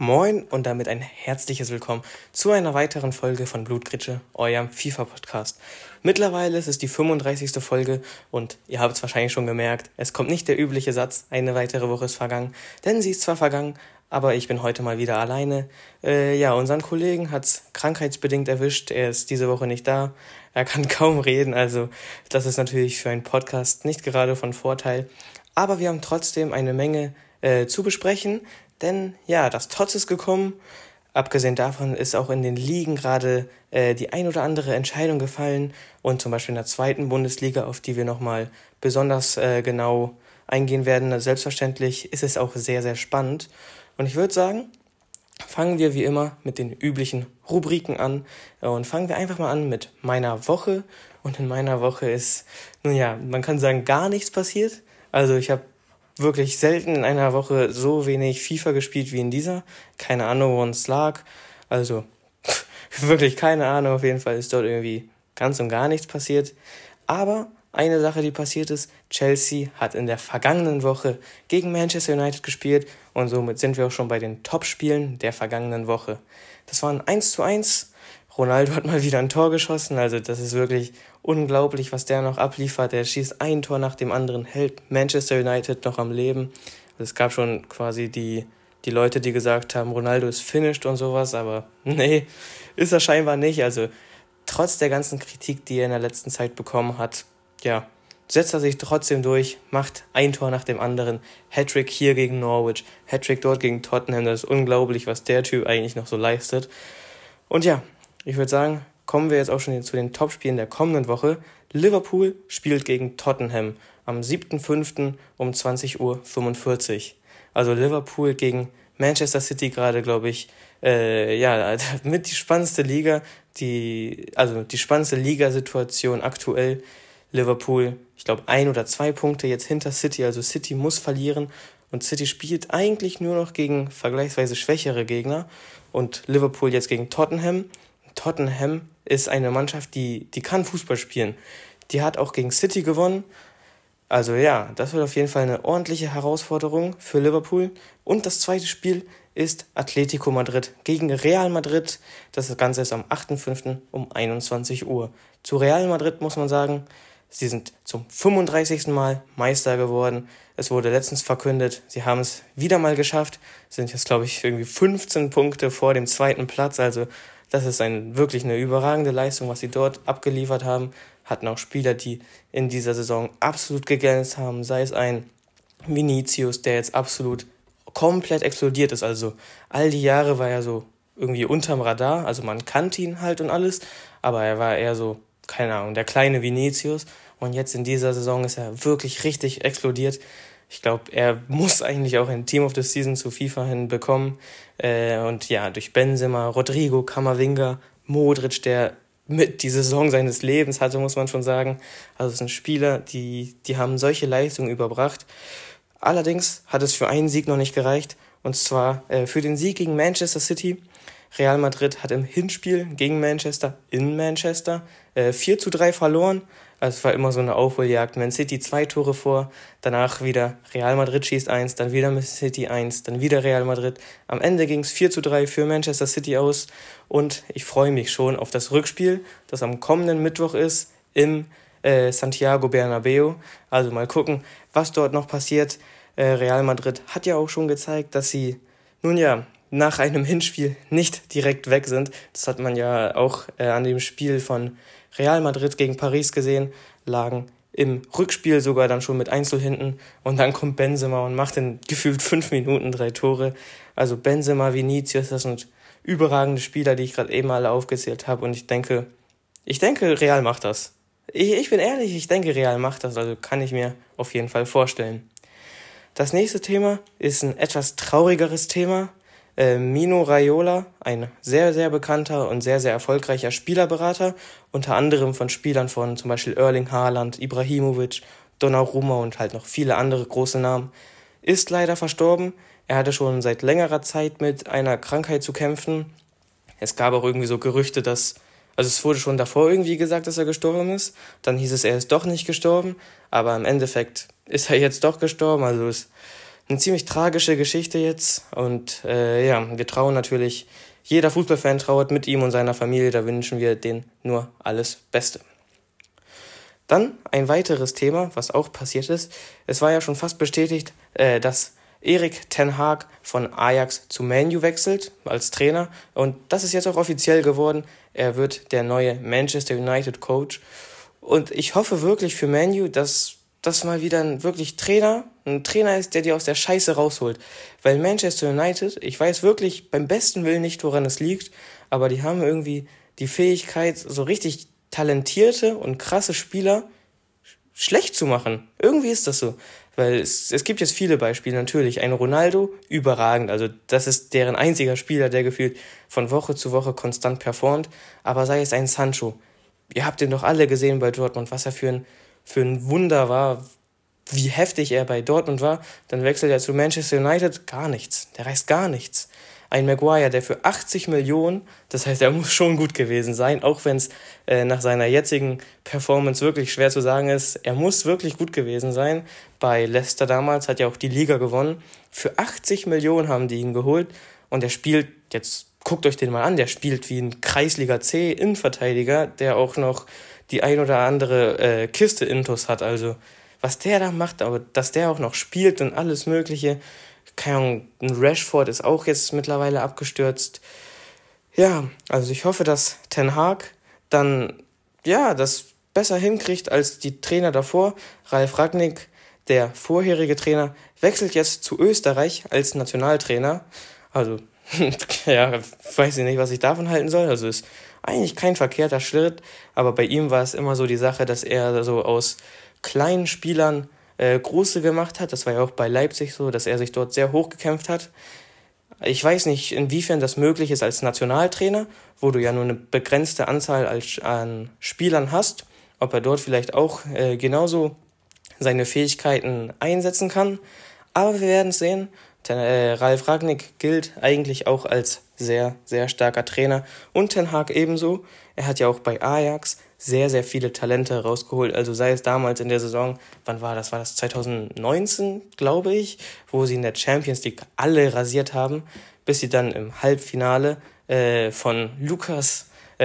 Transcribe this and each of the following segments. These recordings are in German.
Moin und damit ein herzliches Willkommen zu einer weiteren Folge von Blutgritsche, eurem FIFA-Podcast. Mittlerweile ist es die 35. Folge und ihr habt es wahrscheinlich schon gemerkt, es kommt nicht der übliche Satz, eine weitere Woche ist vergangen, denn sie ist zwar vergangen, aber ich bin heute mal wieder alleine. Unseren Kollegen hat es krankheitsbedingt erwischt, er ist diese Woche nicht da, er kann kaum reden, also das ist natürlich für einen Podcast nicht gerade von Vorteil, aber wir haben trotzdem eine Menge zu besprechen, denn ja, das Tots ist gekommen. Abgesehen davon ist auch in den Ligen gerade die ein oder andere Entscheidung gefallen und zum Beispiel in der zweiten Bundesliga, auf die wir nochmal besonders genau eingehen werden. Selbstverständlich ist es auch sehr, sehr spannend. Und ich würde sagen, fangen wir wie immer mit den üblichen Rubriken an und fangen wir einfach mal an mit meiner Woche. Und in meiner Woche ist, man kann sagen, gar nichts passiert. Also ich habe wirklich selten in einer Woche so wenig FIFA gespielt wie in dieser. Keine Ahnung, woran es lag. Also wirklich keine Ahnung. Auf jeden Fall ist dort irgendwie ganz und gar nichts passiert. Aber eine Sache, die passiert ist, Chelsea hat in der vergangenen Woche gegen Manchester United gespielt und somit sind wir auch schon bei den Top-Spielen der vergangenen Woche. Das war ein 1:1. Ronaldo hat mal wieder ein Tor geschossen, also das ist wirklich unglaublich, was der noch abliefert. Er schießt ein Tor nach dem anderen, hält Manchester United noch am Leben. Es gab schon quasi die Leute, die gesagt haben, Ronaldo ist finished und sowas, aber nee, ist er scheinbar nicht. Also trotz der ganzen Kritik, die er in der letzten Zeit bekommen hat, setzt er sich trotzdem durch, macht ein Tor nach dem anderen. Hattrick hier gegen Norwich, Hattrick dort gegen Tottenham, das ist unglaublich, was der Typ eigentlich noch so leistet. Und ja, ich würde sagen, kommen wir jetzt auch schon zu den Topspielen der kommenden Woche. Liverpool spielt gegen Tottenham am 7.5. um 20:45 Uhr. Also Liverpool gegen Manchester City gerade, glaube ich, mit die spannendste Liga, die spannendste Ligasituation aktuell. Liverpool, ich glaube, 1 oder 2 Punkte jetzt hinter City, also City muss verlieren und City spielt eigentlich nur noch gegen vergleichsweise schwächere Gegner und Liverpool jetzt gegen Tottenham. Tottenham ist eine Mannschaft, die kann Fußball spielen. Die hat auch gegen City gewonnen. Also ja, das wird auf jeden Fall eine ordentliche Herausforderung für Liverpool. Und das zweite Spiel ist Atletico Madrid gegen Real Madrid. Das Ganze ist am 8.5. um 21 Uhr. Zu Real Madrid muss man sagen, sie sind zum 35. Mal Meister geworden. Es wurde letztens verkündet, sie haben es wieder mal geschafft. Sind jetzt, glaube ich, irgendwie 15 Punkte vor dem zweiten Platz. Also das ist wirklich eine überragende Leistung, was sie dort abgeliefert haben. Hatten auch Spieler, die in dieser Saison absolut geglänzt haben. Sei es ein Vinicius, der jetzt absolut komplett explodiert ist. Also all die Jahre war er so irgendwie unterm Radar. Also man kannte ihn halt und alles. Aber er war eher so, keine Ahnung, der kleine Vinicius. Und jetzt in dieser Saison ist er wirklich richtig explodiert. Ich glaube, er muss eigentlich auch ein Team of the Season zu FIFA hinbekommen. Durch Benzema, Rodrigo, Camavinga, Modric, der mit die Saison seines Lebens hatte, muss man schon sagen. Also es sind Spieler, die haben solche Leistungen überbracht. Allerdings hat es für einen Sieg noch nicht gereicht. Und zwar für den Sieg gegen Manchester City. Real Madrid hat im Hinspiel gegen Manchester in Manchester 4:3 verloren. Also es war immer so eine Aufholjagd. Man City 2 Tore vor, danach wieder Real Madrid schießt 1, dann wieder Man City 1, dann wieder Real Madrid. Am Ende ging es 4:3 für Manchester City aus und ich freue mich schon auf das Rückspiel, das am kommenden Mittwoch ist im Santiago Bernabéu. Also mal gucken, was dort noch passiert. Real Madrid hat ja auch schon gezeigt, dass sie, nach einem Hinspiel nicht direkt weg sind. Das hat man ja auch an dem Spiel von Real Madrid gegen Paris gesehen, lagen im Rückspiel sogar dann schon mit 1:0 hinten und dann kommt Benzema und macht in gefühlt 5 Minuten 3 Tore. Also Benzema, Vinicius, das sind überragende Spieler, die ich gerade eben alle aufgezählt habe und ich denke, Real macht das. Ich bin ehrlich, ich denke, Real macht das, also kann ich mir auf jeden Fall vorstellen. Das nächste Thema ist ein etwas traurigeres Thema. Mino Raiola, ein sehr, sehr bekannter und sehr, sehr erfolgreicher Spielerberater, unter anderem von Spielern von zum Beispiel Erling Haaland, Ibrahimovic, Donnarumma und halt noch viele andere große Namen, ist leider verstorben. Er hatte schon seit längerer Zeit mit einer Krankheit zu kämpfen. Es gab auch irgendwie so Gerüchte, es wurde schon davor irgendwie gesagt, dass er gestorben ist. Dann hieß es, er ist doch nicht gestorben, aber im Endeffekt ist er jetzt doch gestorben. Also ist eine ziemlich tragische Geschichte jetzt und wir trauen natürlich, jeder Fußballfan trauert mit ihm und seiner Familie, da wünschen wir denen nur alles Beste. Dann ein weiteres Thema, was auch passiert ist. Es war ja schon fast bestätigt, dass Erik ten Hag von Ajax zu Man U wechselt als Trainer. Und das ist jetzt auch offiziell geworden. Er wird der neue Manchester United Coach. Und ich hoffe wirklich für Man U, dass das mal wieder ein Trainer ist, der dir aus der Scheiße rausholt. Weil Manchester United, ich weiß wirklich beim besten Willen nicht, woran es liegt, aber die haben irgendwie die Fähigkeit, so richtig talentierte und krasse Spieler schlecht zu machen. Irgendwie ist das so. Weil es gibt jetzt viele Beispiele, natürlich. Ein Ronaldo, überragend. Also das ist deren einziger Spieler, der gefühlt von Woche zu Woche konstant performt. Aber sei es ein Sancho. Ihr habt ihn doch alle gesehen bei Dortmund, was er für ein Wunder war, wie heftig er bei Dortmund war. Dann wechselt er zu Manchester United, gar nichts. Der reißt gar nichts. Ein Maguire, der für 80 Millionen, das heißt, er muss schon gut gewesen sein, auch wenn es nach seiner jetzigen Performance wirklich schwer zu sagen ist. Er muss wirklich gut gewesen sein. Bei Leicester damals hat ja auch die Liga gewonnen. Für 80 Millionen haben die ihn geholt und er spielt, jetzt guckt euch den mal an, der spielt wie ein Kreisliga C Innenverteidiger, der auch noch die ein oder andere Kiste intus hat. Also was der da macht, aber dass der auch noch spielt und alles Mögliche. Keine Ahnung, ein Rashford ist auch jetzt mittlerweile abgestürzt. Ja, also ich hoffe, dass Ten Hag dann das besser hinkriegt als die Trainer davor. Ralf Rangnick, der vorherige Trainer, wechselt jetzt zu Österreich als Nationaltrainer. Also, weiß ich nicht, was ich davon halten soll. Also ist eigentlich kein verkehrter Schritt, aber bei ihm war es immer so die Sache, dass er so aus kleinen Spielern große gemacht hat. Das war ja auch bei Leipzig so, dass er sich dort sehr hoch gekämpft hat. Ich weiß nicht, inwiefern das möglich ist als Nationaltrainer, wo du ja nur eine begrenzte Anzahl an Spielern hast, ob er dort vielleicht auch genauso seine Fähigkeiten einsetzen kann. Aber wir werden es sehen. Ralf Rangnick gilt eigentlich auch als sehr, sehr starker Trainer und Ten Hag ebenso. Er hat ja auch bei Ajax sehr, sehr viele Talente rausgeholt. Also sei es damals in der Saison, wann war das? War das 2019, glaube ich, wo sie in der Champions League alle rasiert haben, bis sie dann im Halbfinale von Lucas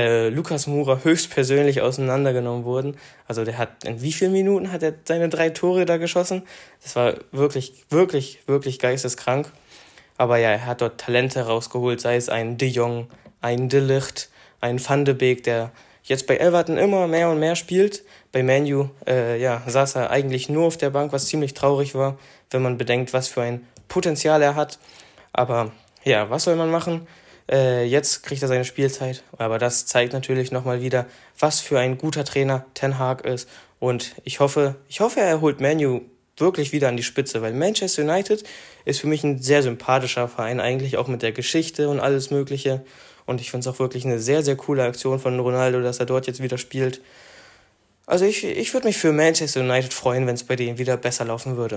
Moura höchstpersönlich auseinandergenommen wurden. Also der hat, in wie vielen Minuten hat er seine 3 Tore da geschossen? Das war wirklich, wirklich, wirklich geisteskrank. Aber ja, er hat dort Talente rausgeholt, sei es ein De Jong, ein De Ligt, ein Van de Beek, der jetzt bei Everton immer mehr und mehr spielt. Bei Man U saß er eigentlich nur auf der Bank, was ziemlich traurig war, wenn man bedenkt, was für ein Potenzial er hat. Aber ja, was soll man machen? Jetzt kriegt er seine Spielzeit, aber das zeigt natürlich nochmal wieder, was für ein guter Trainer Ten Hag ist. Und ich hoffe, er holt Man U wirklich wieder an die Spitze, weil Manchester United ist für mich ein sehr sympathischer Verein, eigentlich auch mit der Geschichte und alles Mögliche. Und ich finde es auch wirklich eine sehr, sehr coole Aktion von Ronaldo, dass er dort jetzt wieder spielt. Also ich würde mich für Manchester United freuen, wenn es bei denen wieder besser laufen würde.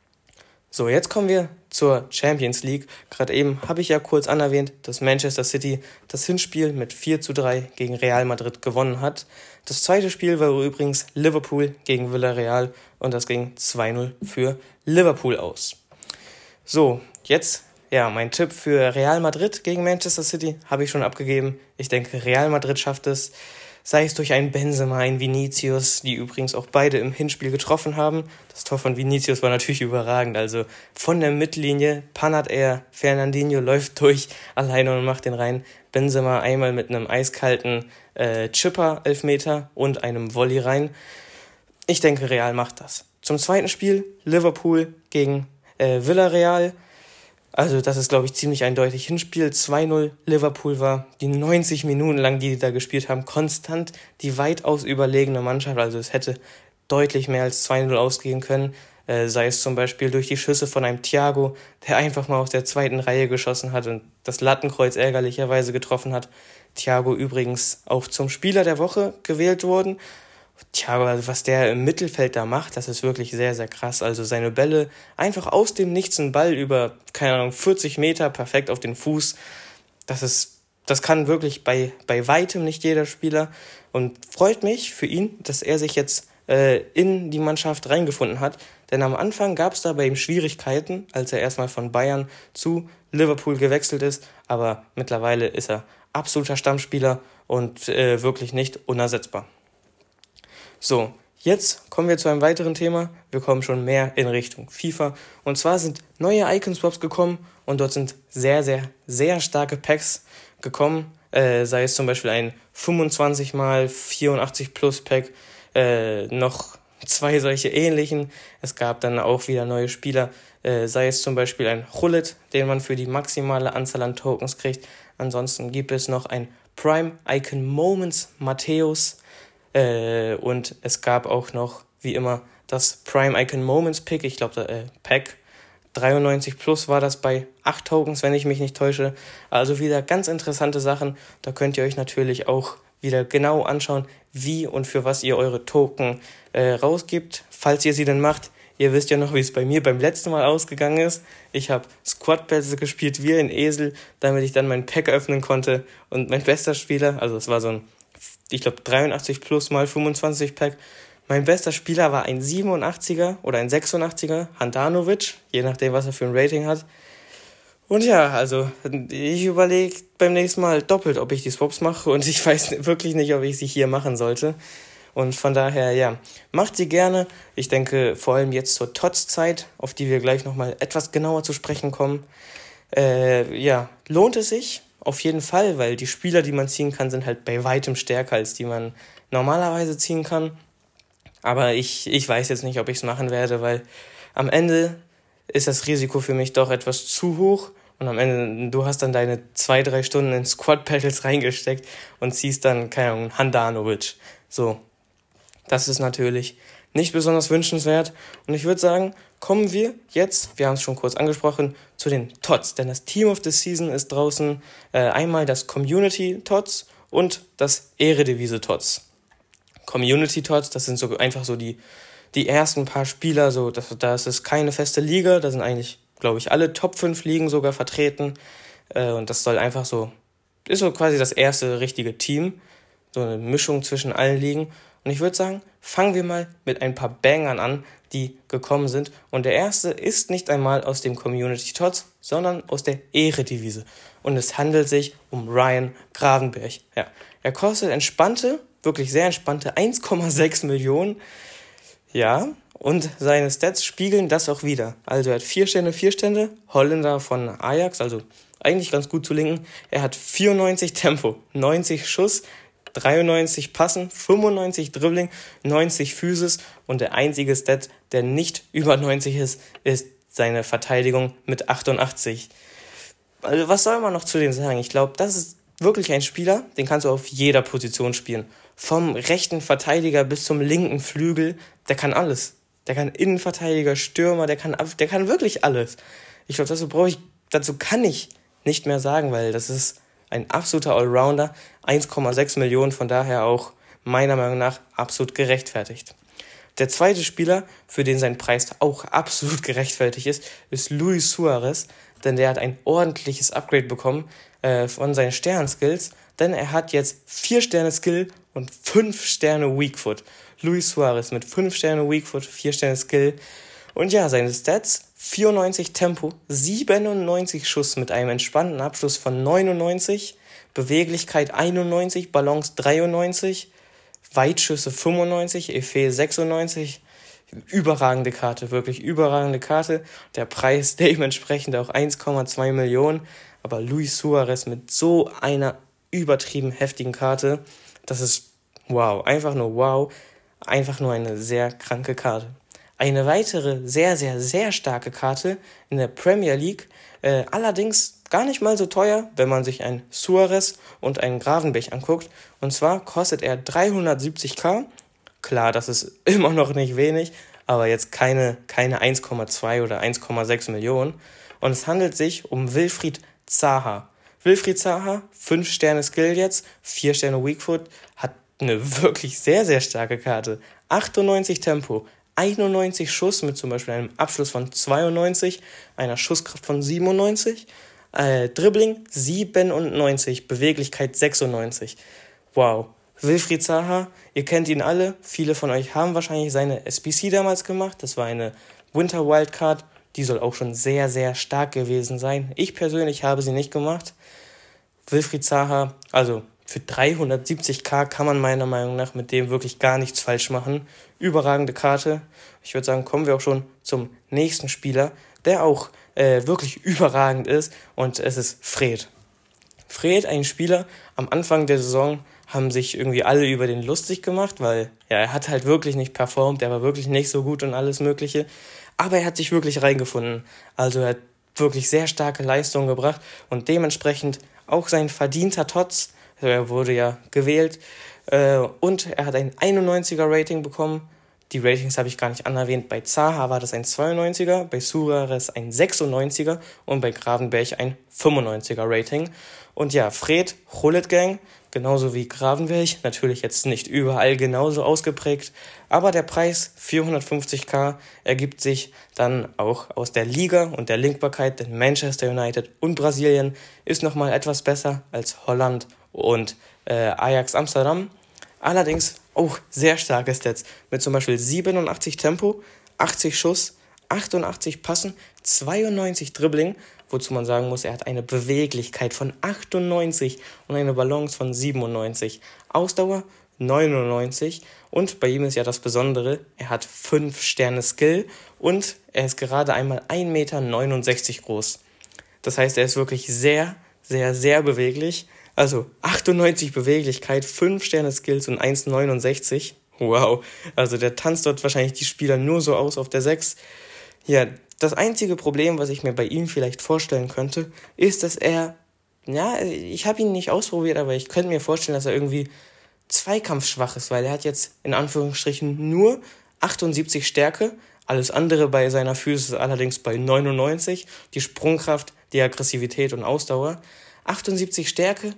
So, jetzt kommen wir zur Champions League. Gerade eben habe ich ja kurz anerwähnt, dass Manchester City das Hinspiel mit 4:3 gegen Real Madrid gewonnen hat. Das zweite Spiel war übrigens Liverpool gegen Villarreal und das ging 2:0 für Liverpool aus. So, jetzt mein Tipp für Real Madrid gegen Manchester City habe ich schon abgegeben. Ich denke, Real Madrid schafft es. Sei es durch einen Benzema, einen Vinicius, die übrigens auch beide im Hinspiel getroffen haben. Das Tor von Vinicius war natürlich überragend. Also von der Mittellinie pannert er, Fernandinho läuft durch alleine und macht den rein. Benzema einmal mit einem eiskalten Chipper-Elfmeter und einem Volley rein. Ich denke, Real macht das. Zum zweiten Spiel, Liverpool gegen Villarreal. Also das ist, glaube ich, ziemlich eindeutig. Hinspiel 2:0 Liverpool war die 90 Minuten lang, die da gespielt haben, konstant die weitaus überlegene Mannschaft. Also es hätte deutlich mehr als 2:0 ausgehen können. Sei es zum Beispiel durch die Schüsse von einem Thiago, der einfach mal aus der zweiten Reihe geschossen hat und das Lattenkreuz ärgerlicherweise getroffen hat. Thiago übrigens auch zum Spieler der Woche gewählt worden. Thiago, also was der im Mittelfeld da macht, das ist wirklich sehr, sehr krass. Also seine Bälle, einfach aus dem Nichts ein Ball über, 40 Meter, perfekt auf den Fuß. Das kann wirklich bei weitem nicht jeder Spieler. Und freut mich für ihn, dass er sich jetzt in die Mannschaft reingefunden hat. Denn am Anfang gab es da bei ihm Schwierigkeiten, als er erstmal von Bayern zu Liverpool gewechselt ist. Aber mittlerweile ist er absoluter Stammspieler und wirklich nicht unersetzbar. So, jetzt kommen wir zu einem weiteren Thema. Wir kommen schon mehr in Richtung FIFA. Und zwar sind neue Icon-Swaps gekommen und dort sind sehr, sehr, sehr starke Packs gekommen. Sei es zum Beispiel ein 25x84 Plus Pack, noch 2 solche ähnlichen. Es gab dann auch wieder neue Spieler, sei es zum Beispiel ein Hullet, den man für die maximale Anzahl an Tokens kriegt. Ansonsten gibt es noch ein Prime Icon Moments Matthäus. Und es gab auch noch, wie immer, das Prime Icon Moments Pick, ich glaube, Pack 93 plus war das bei 8 Tokens, wenn ich mich nicht täusche. Also wieder ganz interessante Sachen. Da könnt ihr euch natürlich auch wieder genau anschauen, wie und für was ihr eure Token rausgibt, falls ihr sie denn macht. Ihr wisst ja noch, wie es bei mir beim letzten Mal ausgegangen ist. Ich habe Squad-Pässe gespielt wie ein Esel, damit ich dann mein Pack öffnen konnte. Und mein bester Spieler, also es war so ein, ich glaube, 83 plus mal 25 Pack. Mein bester Spieler war ein 87er oder ein 86er, Handanovic, je nachdem, was er für ein Rating hat. Und ja, also ich überlege beim nächsten Mal doppelt, ob ich die Swaps mache und ich weiß wirklich nicht, ob ich sie hier machen sollte. Und von daher, ja, macht sie gerne. Ich denke, vor allem jetzt zur TOTS-Zeit, auf die wir gleich nochmal etwas genauer zu sprechen kommen, lohnt es sich auf jeden Fall, weil die Spieler, die man ziehen kann, sind halt bei weitem stärker, als die man normalerweise ziehen kann. Aber ich weiß jetzt nicht, ob ich es machen werde, weil am Ende ist das Risiko für mich doch etwas zu hoch. Und am Ende, du hast dann deine 2-3 Stunden in Squad-Battles reingesteckt und ziehst dann, keine Ahnung, Handanovic. So, das ist natürlich nicht besonders wünschenswert. Und ich würde sagen, kommen wir jetzt, wir haben es schon kurz angesprochen, zu den TOTS. Denn das Team of the Season ist draußen einmal das Community TOTS und das Eredivisie TOTS. Community TOTS, das sind so einfach so die ersten paar Spieler, so das ist keine feste Liga, da sind eigentlich, glaube ich, alle Top 5 Ligen sogar vertreten. Und das soll einfach so, ist so quasi das erste richtige Team, so eine Mischung zwischen allen Ligen. Und ich würde sagen, fangen wir mal mit ein paar Bangern an, die gekommen sind. Und der erste ist nicht einmal aus dem Community TOTS, sondern aus der Eredivisie. Und es handelt sich um Ryan Gravenberch. Ja, er kostet wirklich sehr entspannte 1,6 Millionen. Ja, und seine Stats spiegeln das auch wieder. Also er hat 4 Sterne, Holländer von Ajax, also eigentlich ganz gut zu linken. Er hat 94 Tempo, 90 Schuss, 93 Passen, 95 Dribbling, 90 Physis und der einzige Stat, der nicht über 90 ist seine Verteidigung mit 88. Also was soll man noch zu dem sagen? Ich glaube, das ist wirklich ein Spieler, den kannst du auf jeder Position spielen. Vom rechten Verteidiger bis zum linken Flügel, der kann alles. Der kann Innenverteidiger, Stürmer, der kann wirklich alles. Ich glaube, dazu kann ich nicht mehr sagen, weil das ist ein absoluter Allrounder. 1,6 Millionen, von daher auch meiner Meinung nach absolut gerechtfertigt. Der zweite Spieler, für den sein Preis auch absolut gerechtfertigt ist Luis Suarez, denn der hat ein ordentliches Upgrade bekommen von seinen Sternskills, denn er hat jetzt 4 Sterne Skill und 5 Sterne Weakfoot. Luis Suarez mit 5 Sterne Weakfoot, 4 Sterne Skill. Und ja, seine Stats: 94 Tempo, 97 Schuss mit einem entspannten Abschluss von 99, Beweglichkeit 91, Balance 93, Weitschüsse 95, Effet 96. Überragende Karte, wirklich überragende Karte. Der Preis dementsprechend auch 1,2 Millionen. Aber Luis Suarez mit so einer übertrieben heftigen Karte, das ist wow, einfach nur wow, einfach nur eine sehr kranke Karte. Eine weitere sehr, sehr, sehr starke Karte in der Premier League, allerdings gar nicht mal so teuer, wenn man sich einen Suarez und einen Gravenberch anguckt. Und zwar kostet er 370.000. Klar, das ist immer noch nicht wenig, aber jetzt keine 1,2 oder 1,6 Millionen. Und es handelt sich um Wilfried Zaha. Wilfried Zaha, 5 Sterne Skill jetzt, 4 Sterne Weakfoot, hat eine wirklich sehr, sehr starke Karte. 98 Tempo, 91 Schuss mit zum Beispiel einem Abschluss von 92, einer Schusskraft von 97, Dribbling 97, Beweglichkeit 96. Wow. Wilfried Zaha, ihr kennt ihn alle, viele von euch haben wahrscheinlich seine SBC damals gemacht, das war eine Winter Wildcard, die soll auch schon sehr, sehr stark gewesen sein. Ich persönlich habe sie nicht gemacht. Wilfried Zaha, also für 370k kann man meiner Meinung nach mit dem wirklich gar nichts falsch machen. Überragende Karte. Ich würde sagen, kommen wir auch schon zum nächsten Spieler, der auch wirklich überragend ist, und es ist Fred. Fred, ein Spieler, am Anfang der Saison haben sich irgendwie alle über den lustig gemacht, weil er hat halt wirklich nicht performt, er war wirklich nicht so gut und alles Mögliche, aber er hat sich wirklich reingefunden. Also er hat wirklich sehr starke Leistungen gebracht und dementsprechend auch sein verdienter Tots. Er wurde ja gewählt und er hat ein 91er Rating bekommen. Die Ratings habe ich gar nicht anerwähnt. Bei Zaha war das ein 92er, bei Suarez ein 96er und bei Gravenberch ein 95er Rating. Und ja, Fred, Hullet Gang, genauso wie Gravenberch, natürlich jetzt nicht überall genauso ausgeprägt, aber der Preis 450k ergibt sich dann auch aus der Liga und der Linkbarkeit, denn Manchester United und Brasilien ist nochmal etwas besser als Holland und Ajax Amsterdam. Allerdings auch sehr starke Stats mit zum Beispiel 87 Tempo, 80 Schuss, 88 Passen, 92 Dribbling, wozu man sagen muss, er hat eine Beweglichkeit von 98 und eine Balance von 97. Ausdauer 99 und bei ihm ist ja das Besondere, er hat 5 Sterne Skill und er ist gerade einmal 1,69 Meter groß. Das heißt, er ist wirklich sehr, sehr, sehr beweglich. Also 98 Beweglichkeit, 5 Sterne Skills und 1,69. Wow, also der tanzt dort wahrscheinlich die Spieler nur so aus auf der 6. Ja, das einzige Problem, was ich mir bei ihm vielleicht vorstellen könnte, ist, dass er, ja, ich habe ihn nicht ausprobiert, aber ich könnte mir vorstellen, dass er irgendwie zweikampfschwach ist, weil er hat jetzt in Anführungsstrichen nur 78 Stärke, alles andere bei seiner Physis allerdings bei 99, die Sprungkraft, die Aggressivität und Ausdauer. 78 Stärke,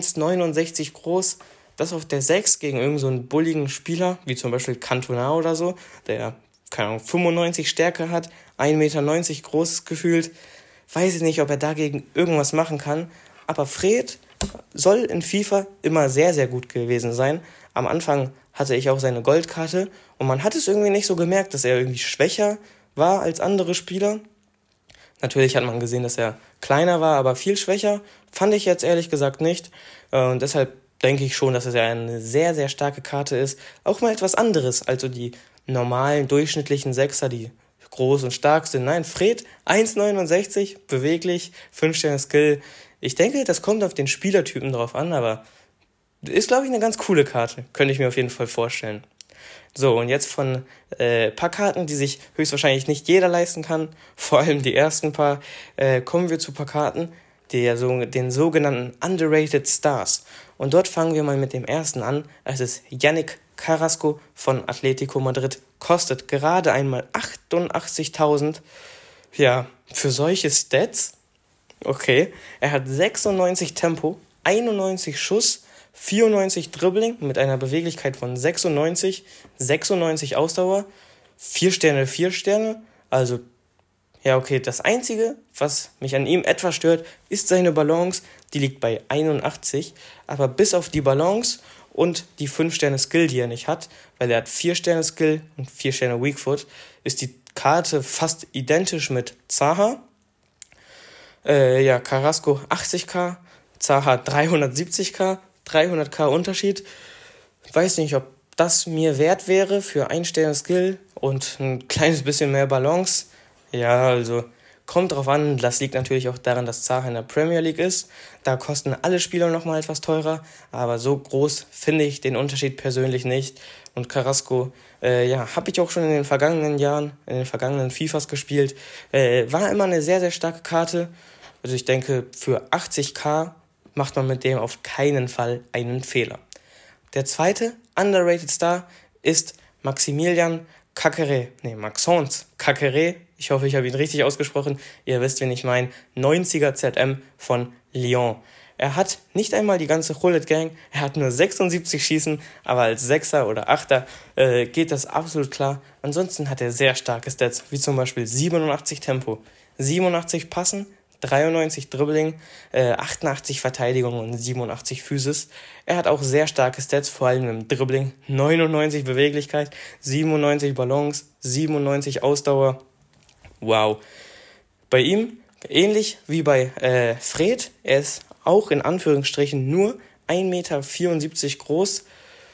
1,69 groß, das auf der 6 gegen irgend so einen bulligen Spieler, wie zum Beispiel Cantona oder so, der, keine Ahnung, 95 Stärke hat, 1,90 Meter groß gefühlt. Weiß ich nicht, ob er dagegen irgendwas machen kann, aber Fred soll in FIFA immer sehr, sehr gut gewesen sein. Am Anfang hatte ich auch seine Goldkarte und man hat es irgendwie nicht so gemerkt, dass er irgendwie schwächer war als andere Spieler. Natürlich hat man gesehen, dass er kleiner war, aber viel schwächer fand ich jetzt ehrlich gesagt nicht. Und deshalb denke ich schon, dass es ja eine sehr, sehr starke Karte ist. Auch mal etwas anderes, also die normalen, durchschnittlichen Sechser, die groß und stark sind. Nein, Fred, 1,69, beweglich, 5 Sterne Skill. Ich denke, das kommt auf den Spielertypen drauf an, aber ist, glaube ich, eine ganz coole Karte. Könnte ich mir auf jeden Fall vorstellen. So, und jetzt von paar Karten, die sich höchstwahrscheinlich nicht jeder leisten kann, vor allem die ersten paar, kommen wir zu paar Karten, den sogenannten Underrated Stars. Und dort fangen wir mal mit dem ersten an. Es ist Yannick Carrasco von Atletico Madrid. Kostet gerade einmal 88.000. Ja, für solche Stats, okay. Er hat 96 Tempo, 91 Schuss, 94 Dribbling mit einer Beweglichkeit von 96, 96 Ausdauer, 4 Sterne, 4 Sterne. Also, ja, okay, das Einzige, was mich an ihm etwas stört, ist seine Balance. Die liegt bei 81, aber bis auf die Balance und die 5 Sterne Skill, die er nicht hat, weil er hat 4 Sterne Skill und 4 Sterne Weakfoot, ist die Karte fast identisch mit Zaha. Carrasco 80k, Zaha 370k, 300k Unterschied. Weiß nicht, ob das mir wert wäre für 1 Sterne Skill und ein kleines bisschen mehr Balance. Ja, also kommt drauf an. Das liegt natürlich auch daran, dass Zaha in der Premier League ist. Da kosten alle Spieler nochmal etwas teurer, aber so groß finde ich den Unterschied persönlich nicht. Und Carrasco, habe ich auch schon in den vergangenen Jahren, in den vergangenen FIFAs gespielt. War immer eine sehr, sehr starke Karte. Also ich denke, für 80k macht man mit dem auf keinen Fall einen Fehler. Der zweite Underrated Star ist Maxence Caqueret. Ich hoffe, ich habe ihn richtig ausgesprochen. Ihr wisst, wen ich meine. 90er ZM von Lyon. Er hat nicht einmal die ganze Hullet Gang. Er hat nur 76 Schießen, aber als Sechser oder Achter geht das absolut klar. Ansonsten hat er sehr starke Stats, wie zum Beispiel 87 Tempo, 87 Passen, 93 Dribbling, 88 Verteidigung und 87 Physis. Er hat auch sehr starke Stats, vor allem im Dribbling. 99 Beweglichkeit, 97 Balance, 97 Ausdauer. wow. Bei ihm, ähnlich wie bei Fred, er ist auch in Anführungsstrichen nur 1,74 Meter groß.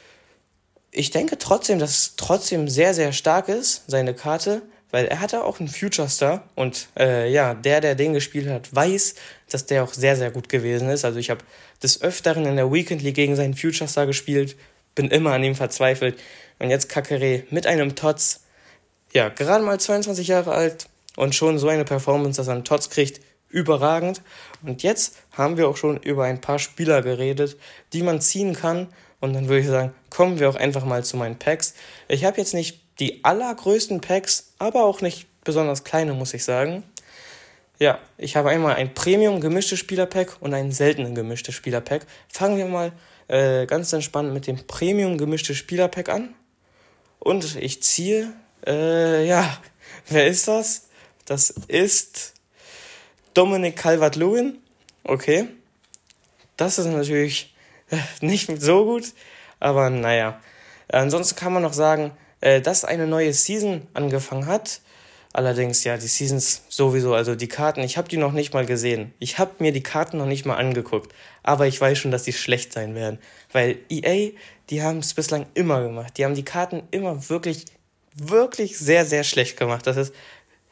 Ich denke trotzdem, dass es trotzdem sehr, sehr stark ist, seine Karte, weil er hatte auch einen Future Star und der den gespielt hat, weiß, dass der auch sehr, sehr gut gewesen ist. Also ich habe des Öfteren in der Weekend League gegen seinen Future Star gespielt, bin immer an ihm verzweifelt. Und jetzt Kakere mit einem Tots, ja, gerade mal 22 Jahre alt und schon so eine Performance, dass er einen Tots kriegt, überragend. Und jetzt haben wir auch schon über ein paar Spieler geredet, die man ziehen kann. Und dann würde ich sagen, kommen wir auch einfach mal zu meinen Packs. Ich habe jetzt nicht die allergrößten Packs, aber auch nicht besonders kleine, muss ich sagen. Ja, ich habe einmal ein Premium gemischtes Spielerpack und ein seltenen gemischtes Spielerpack. Fangen wir mal ganz entspannt mit dem Premium gemischtes Spielerpack an. Und ich ziehe, wer ist das? Das ist Dominic Calvert-Lewin. Okay, das ist natürlich nicht so gut, aber naja. Ansonsten kann man noch sagen, dass eine neue Season angefangen hat. Allerdings, ja, die Seasons sowieso, also die Karten, ich habe die noch nicht mal gesehen. Ich habe mir die Karten noch nicht mal angeguckt. Aber ich weiß schon, dass die schlecht sein werden. Weil EA, die haben es bislang immer gemacht. Die haben die Karten immer wirklich, wirklich sehr, sehr schlecht gemacht. Das ist,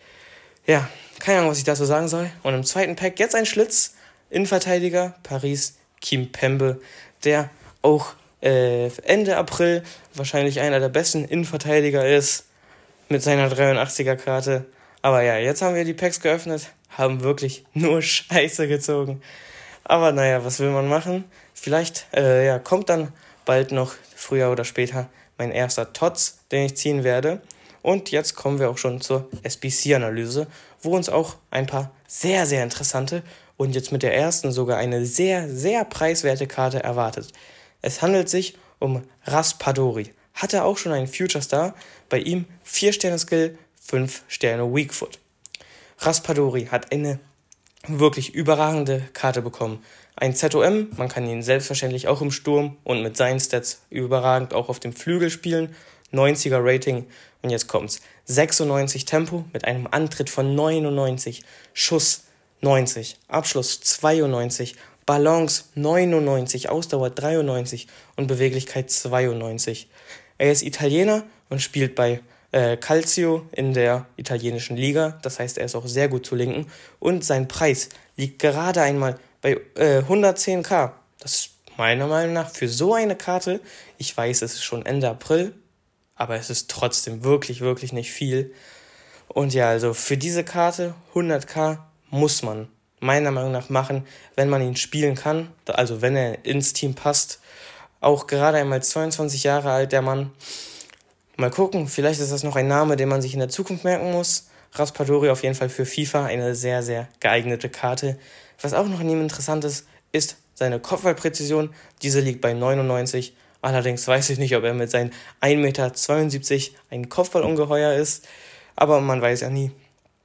ja, keine Ahnung, was ich dazu sagen soll. Und im zweiten Pack jetzt ein Schlitz, Innenverteidiger, Paris Kimpembe, der auch Ende April wahrscheinlich einer der besten Innenverteidiger ist mit seiner 83er-Karte. Aber ja, jetzt haben wir die Packs geöffnet, haben wirklich nur Scheiße gezogen. Aber naja, was will man machen? Vielleicht kommt dann bald noch, früher oder später, mein erster Tots, den ich ziehen werde. Und jetzt kommen wir auch schon zur SBC-Analyse, wo uns auch ein paar sehr, sehr interessante und jetzt mit der ersten sogar eine sehr, sehr preiswerte Karte erwartet. Es handelt sich um Raspadori. Hatte auch schon einen Future Star, bei ihm 4 Sterne Skill, 5 Sterne Weakfoot. Raspadori hat eine wirklich überragende Karte bekommen. Ein ZOM, man kann ihn selbstverständlich auch im Sturm und mit seinen Stats überragend auch auf dem Flügel spielen. 90er Rating und jetzt kommt's. 96 Tempo mit einem Antritt von 99, Schuss 90, Abschluss 92, Balance 99, Ausdauer 93 und Beweglichkeit 92. Er ist Italiener und spielt bei Calcio in der italienischen Liga. Das heißt, er ist auch sehr gut zu linken. Und sein Preis liegt gerade einmal bei 110.000. Das ist meiner Meinung nach für so eine Karte, ich weiß, es ist schon Ende April, aber es ist trotzdem wirklich, wirklich nicht viel. Und ja, also für diese Karte 100.000 muss man meiner Meinung nach machen, wenn man ihn spielen kann, also wenn er ins Team passt. Auch gerade einmal 22 Jahre alt, der Mann. Mal gucken, vielleicht ist das noch ein Name, den man sich in der Zukunft merken muss. Raspadori auf jeden Fall für FIFA eine sehr, sehr geeignete Karte. Was auch noch an ihm interessant ist seine Kopfballpräzision. Diese liegt bei 99. Allerdings weiß ich nicht, ob er mit seinen 1,72 Meter ein Kopfballungeheuer ist. Aber man weiß ja nie.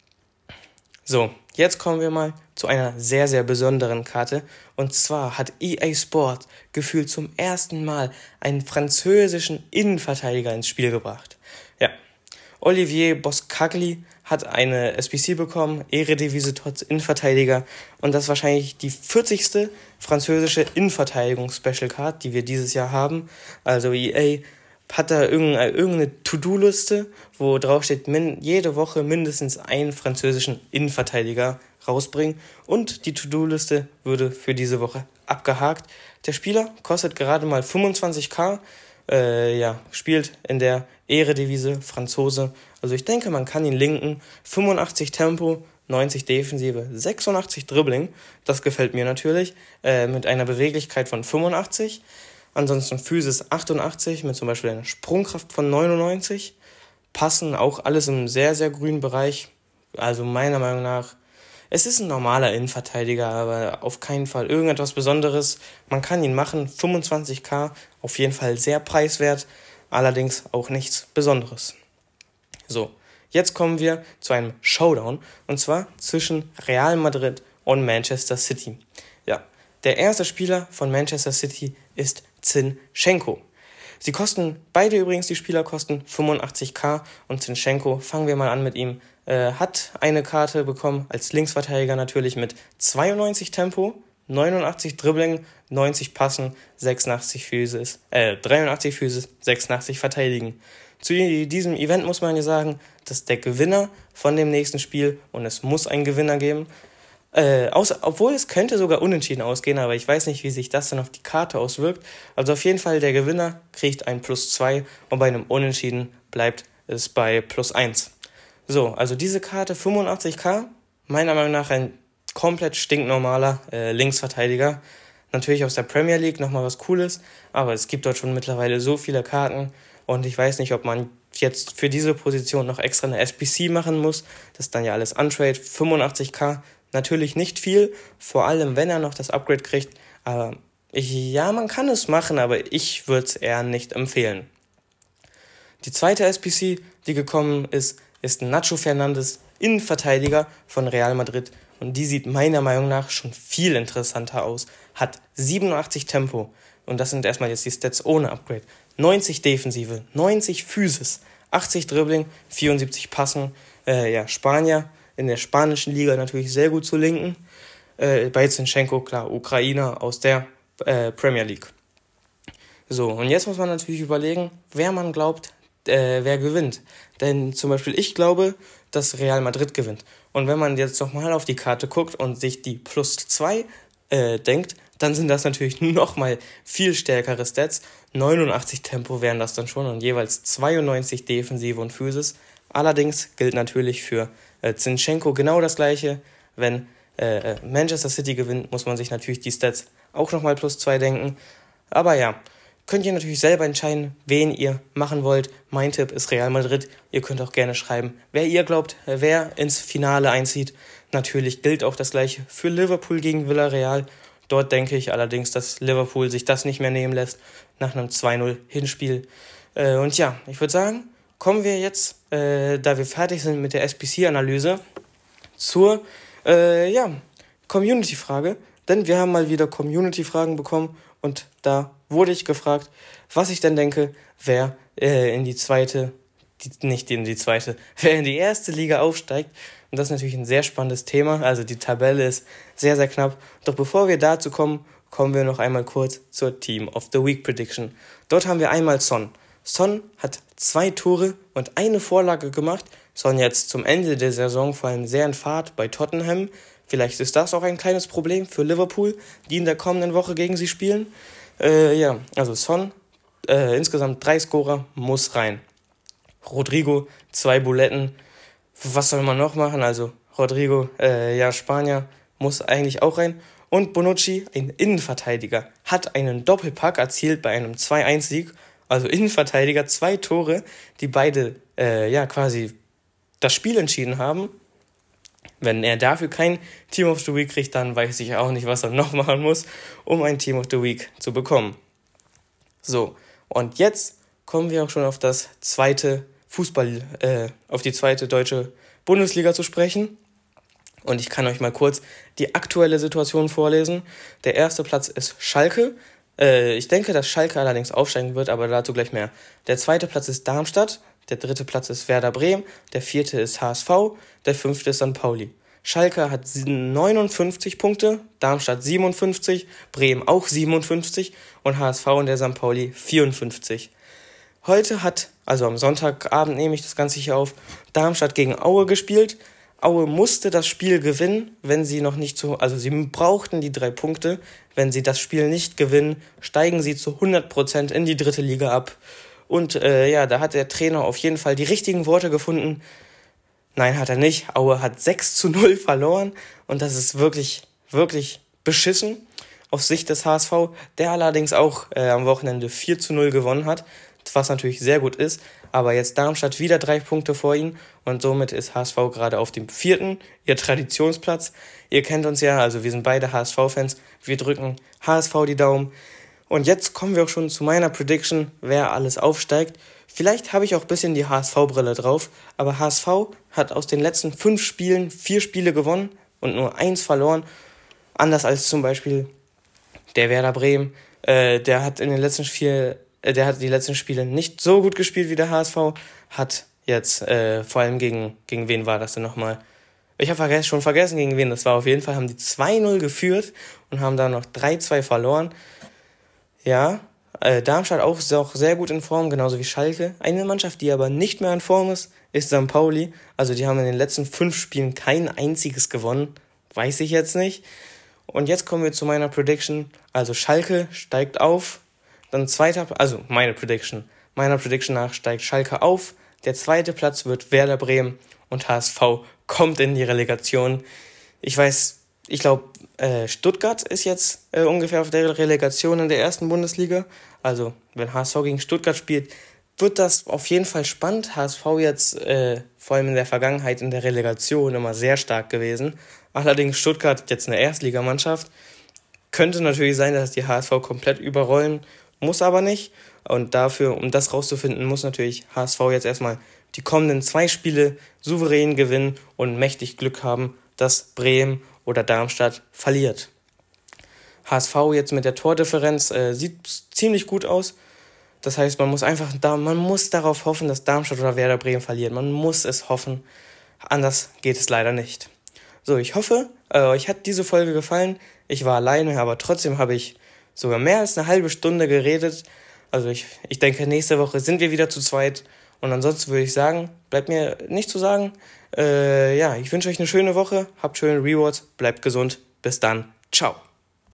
So, jetzt kommen wir mal zu einer sehr, sehr besonderen Karte. Und zwar hat EA Sport gefühlt zum ersten Mal einen französischen Innenverteidiger ins Spiel gebracht. Ja, Olivier Boscagli hat eine SBC bekommen, Eredivisie Tots Innenverteidiger. Und das ist wahrscheinlich die 40. französische Innenverteidigungs-Special-Card, die wir dieses Jahr haben. Also EA hat da irgendeine To-Do-Liste, wo drauf steht, jede Woche mindestens einen französischen Innenverteidiger rausbringen. Und die To-Do-Liste würde für diese Woche abgehakt. Der Spieler kostet gerade mal 25.000, spielt in der Eredivisie, Franzose. Also ich denke, man kann ihn linken. 85 Tempo, 90 Defensive, 86 Dribbling. Das gefällt mir natürlich. Mit einer Beweglichkeit von 85. Ansonsten Physis 88 mit zum Beispiel einer Sprungkraft von 99. Passen auch alles im sehr, sehr grünen Bereich. Also meiner Meinung nach, es ist ein normaler Innenverteidiger, aber auf keinen Fall irgendetwas Besonderes. Man kann ihn machen, 25.000, auf jeden Fall sehr preiswert, allerdings auch nichts Besonderes. So, jetzt kommen wir zu einem Showdown, und zwar zwischen Real Madrid und Manchester City. Ja, der erste Spieler von Manchester City ist Zinchenko. Die Spieler kosten 85.000 und Zinchenko, fangen wir mal an mit ihm, hat eine Karte bekommen als Linksverteidiger natürlich mit 92 Tempo, 89 Dribbling, 90 Passen, 83 Physis, 83 Physis, 86 Verteidigen. Zu diesem Event muss man ja sagen, dass der Gewinner von dem nächsten Spiel, und es muss einen Gewinner geben, obwohl es könnte sogar unentschieden ausgehen, aber ich weiß nicht, wie sich das dann auf die Karte auswirkt. Also auf jeden Fall, der Gewinner kriegt ein +2 und bei einem Unentschieden bleibt es bei +1. So, also diese Karte 85k, meiner Meinung nach ein komplett stinknormaler Linksverteidiger. Natürlich aus der Premier League nochmal was Cooles, aber es gibt dort schon mittlerweile so viele Karten und ich weiß nicht, ob man jetzt für diese Position noch extra eine SBC machen muss. Das ist dann ja alles Untrade. 85k, natürlich nicht viel, vor allem wenn er noch das Upgrade kriegt. Aber man kann es machen, aber ich würde es eher nicht empfehlen. Die zweite SBC, die gekommen ist Nacho Fernandes, Innenverteidiger von Real Madrid. Und die sieht meiner Meinung nach schon viel interessanter aus. Hat 87 Tempo. Und das sind erstmal jetzt die Stats ohne Upgrade. 90 Defensive, 90 Physis, 80 Dribbling, 74 Passen. Spanier, in der spanischen Liga natürlich sehr gut zu linken. Bei Zinchenko, klar, Ukrainer aus der Premier League. So, und jetzt muss man natürlich überlegen, wer man glaubt, wer gewinnt. Denn zum Beispiel ich glaube, dass Real Madrid gewinnt. Und wenn man jetzt nochmal auf die Karte guckt und sich die +2 denkt, dann sind das natürlich nochmal viel stärkere Stats. 89 Tempo wären das dann schon und jeweils 92 Defensive und Physis. Allerdings gilt natürlich für Zinchenko genau das Gleiche. Wenn Manchester City gewinnt, muss man sich natürlich die Stats auch nochmal +2 denken. Aber ja, könnt ihr natürlich selber entscheiden, wen ihr machen wollt. Mein Tipp ist Real Madrid. Ihr könnt auch gerne schreiben, wer ihr glaubt, wer ins Finale einzieht. Natürlich gilt auch das Gleiche für Liverpool gegen Villarreal. Dort denke ich allerdings, dass Liverpool sich das nicht mehr nehmen lässt nach einem 2-0 Hinspiel. Und ja, ich würde sagen, kommen wir jetzt, da wir fertig sind mit der SBC-Analyse, zur Community-Frage. Denn wir haben mal wieder Community-Fragen bekommen und da wurde ich gefragt, was ich denn denke, wer wer in die erste Liga aufsteigt. Und das ist natürlich ein sehr spannendes Thema. Also die Tabelle ist sehr, sehr knapp. Doch bevor wir dazu kommen, kommen wir noch einmal kurz zur Team of the Week Prediction. Dort haben wir einmal Son. Son hat 2 Tore und 1 Vorlage gemacht. Son jetzt zum Ende der Saison vor allem sehr in Fahrt bei Tottenham. Vielleicht ist das auch ein kleines Problem für Liverpool, die in der kommenden Woche gegen sie spielen. Also Son, insgesamt 3 Scorer, muss rein. Rodrigo, 2 Buletten. Was soll man noch machen? Also Rodrigo, Spanier, muss eigentlich auch rein. Und Bonucci, ein Innenverteidiger, hat einen Doppelpack erzielt bei einem 2-1-Sieg. Also Innenverteidiger, 2 Tore, die beide quasi das Spiel entschieden haben. Wenn er dafür kein Team of the Week kriegt, dann weiß ich auch nicht, was er noch machen muss, um ein Team of the Week zu bekommen. So, und jetzt kommen wir auch schon auf das zweite auf die zweite deutsche Bundesliga zu sprechen. Und ich kann euch mal kurz die aktuelle Situation vorlesen. Der erste Platz ist Schalke. Ich denke, dass Schalke allerdings aufsteigen wird, aber dazu gleich mehr. Der zweite Platz ist Darmstadt. Der dritte Platz ist Werder Bremen. Der vierte ist HSV. Der fünfte ist St. Pauli. Schalke hat 59 Punkte, Darmstadt 57, Bremen auch 57 und HSV und der St. Pauli 54. Heute also am Sonntagabend nehme ich das Ganze hier auf, Darmstadt gegen Aue gespielt. Aue musste das Spiel gewinnen, wenn sie noch nicht sie brauchten die 3 Punkte. Wenn sie das Spiel nicht gewinnen, steigen sie zu 100% in die 3. Liga ab. Und da hat der Trainer auf jeden Fall die richtigen Worte gefunden. Nein, hat er nicht. Aue hat 6-0 verloren und das ist wirklich, wirklich beschissen aus Sicht des HSV, der allerdings auch am Wochenende 4-0 gewonnen hat, was natürlich sehr gut ist. Aber jetzt Darmstadt wieder 3 Punkte vor ihnen und somit ist HSV gerade auf dem 4., ihr Traditionsplatz. Ihr kennt uns ja, also wir sind beide HSV-Fans. Wir drücken HSV die Daumen. Und jetzt kommen wir auch schon zu meiner Prediction, wer alles aufsteigt. Vielleicht habe ich auch ein bisschen die HSV-Brille drauf, aber HSV hat aus den letzten 5 Spielen 4 Spiele gewonnen und nur 1 verloren. Anders als zum Beispiel der Werder Bremen. Der hat die letzten Spiele nicht so gut gespielt wie der HSV, hat Jetzt, vor allem gegen wen war das denn nochmal? Ich habe schon vergessen, gegen wen das war. Auf jeden Fall haben die 2-0 geführt und haben dann noch 3-2 verloren. Ja, Darmstadt auch sehr gut in Form, genauso wie Schalke. Eine Mannschaft, die aber nicht mehr in Form ist St. Pauli. Also die haben in den letzten 5 Spielen kein einziges gewonnen. Weiß ich jetzt nicht. Und jetzt kommen wir zu meiner Prediction. Also Schalke steigt auf. Dann meine Prediction. Meiner Prediction nach steigt Schalke auf. Der zweite Platz wird Werder Bremen und HSV kommt in die Relegation. Ich glaube, Stuttgart ist jetzt ungefähr auf der Relegation in der ersten Bundesliga. Also, wenn HSV gegen Stuttgart spielt, wird das auf jeden Fall spannend. HSV jetzt vor allem in der Vergangenheit in der Relegation immer sehr stark gewesen. Allerdings Stuttgart jetzt eine Erstligamannschaft. Könnte natürlich sein, dass die HSV komplett überrollen, muss aber nicht. Und dafür, um das rauszufinden, muss natürlich HSV jetzt erstmal die kommenden 2 Spiele souverän gewinnen und mächtig Glück haben, dass Bremen oder Darmstadt verliert. HSV jetzt mit der Tordifferenz sieht ziemlich gut aus. Das heißt, man muss darauf hoffen, dass Darmstadt oder Werder Bremen verlieren. Man muss es hoffen. Anders geht es leider nicht. So, ich hoffe, euch hat diese Folge gefallen. Ich war alleine, aber trotzdem habe ich sogar mehr als eine halbe Stunde geredet. Also ich denke, nächste Woche sind wir wieder zu zweit. Und ansonsten würde ich sagen, bleibt mir nichts zu sagen. Ich wünsche euch eine schöne Woche. Habt schöne Rewards. Bleibt gesund. Bis dann. Ciao.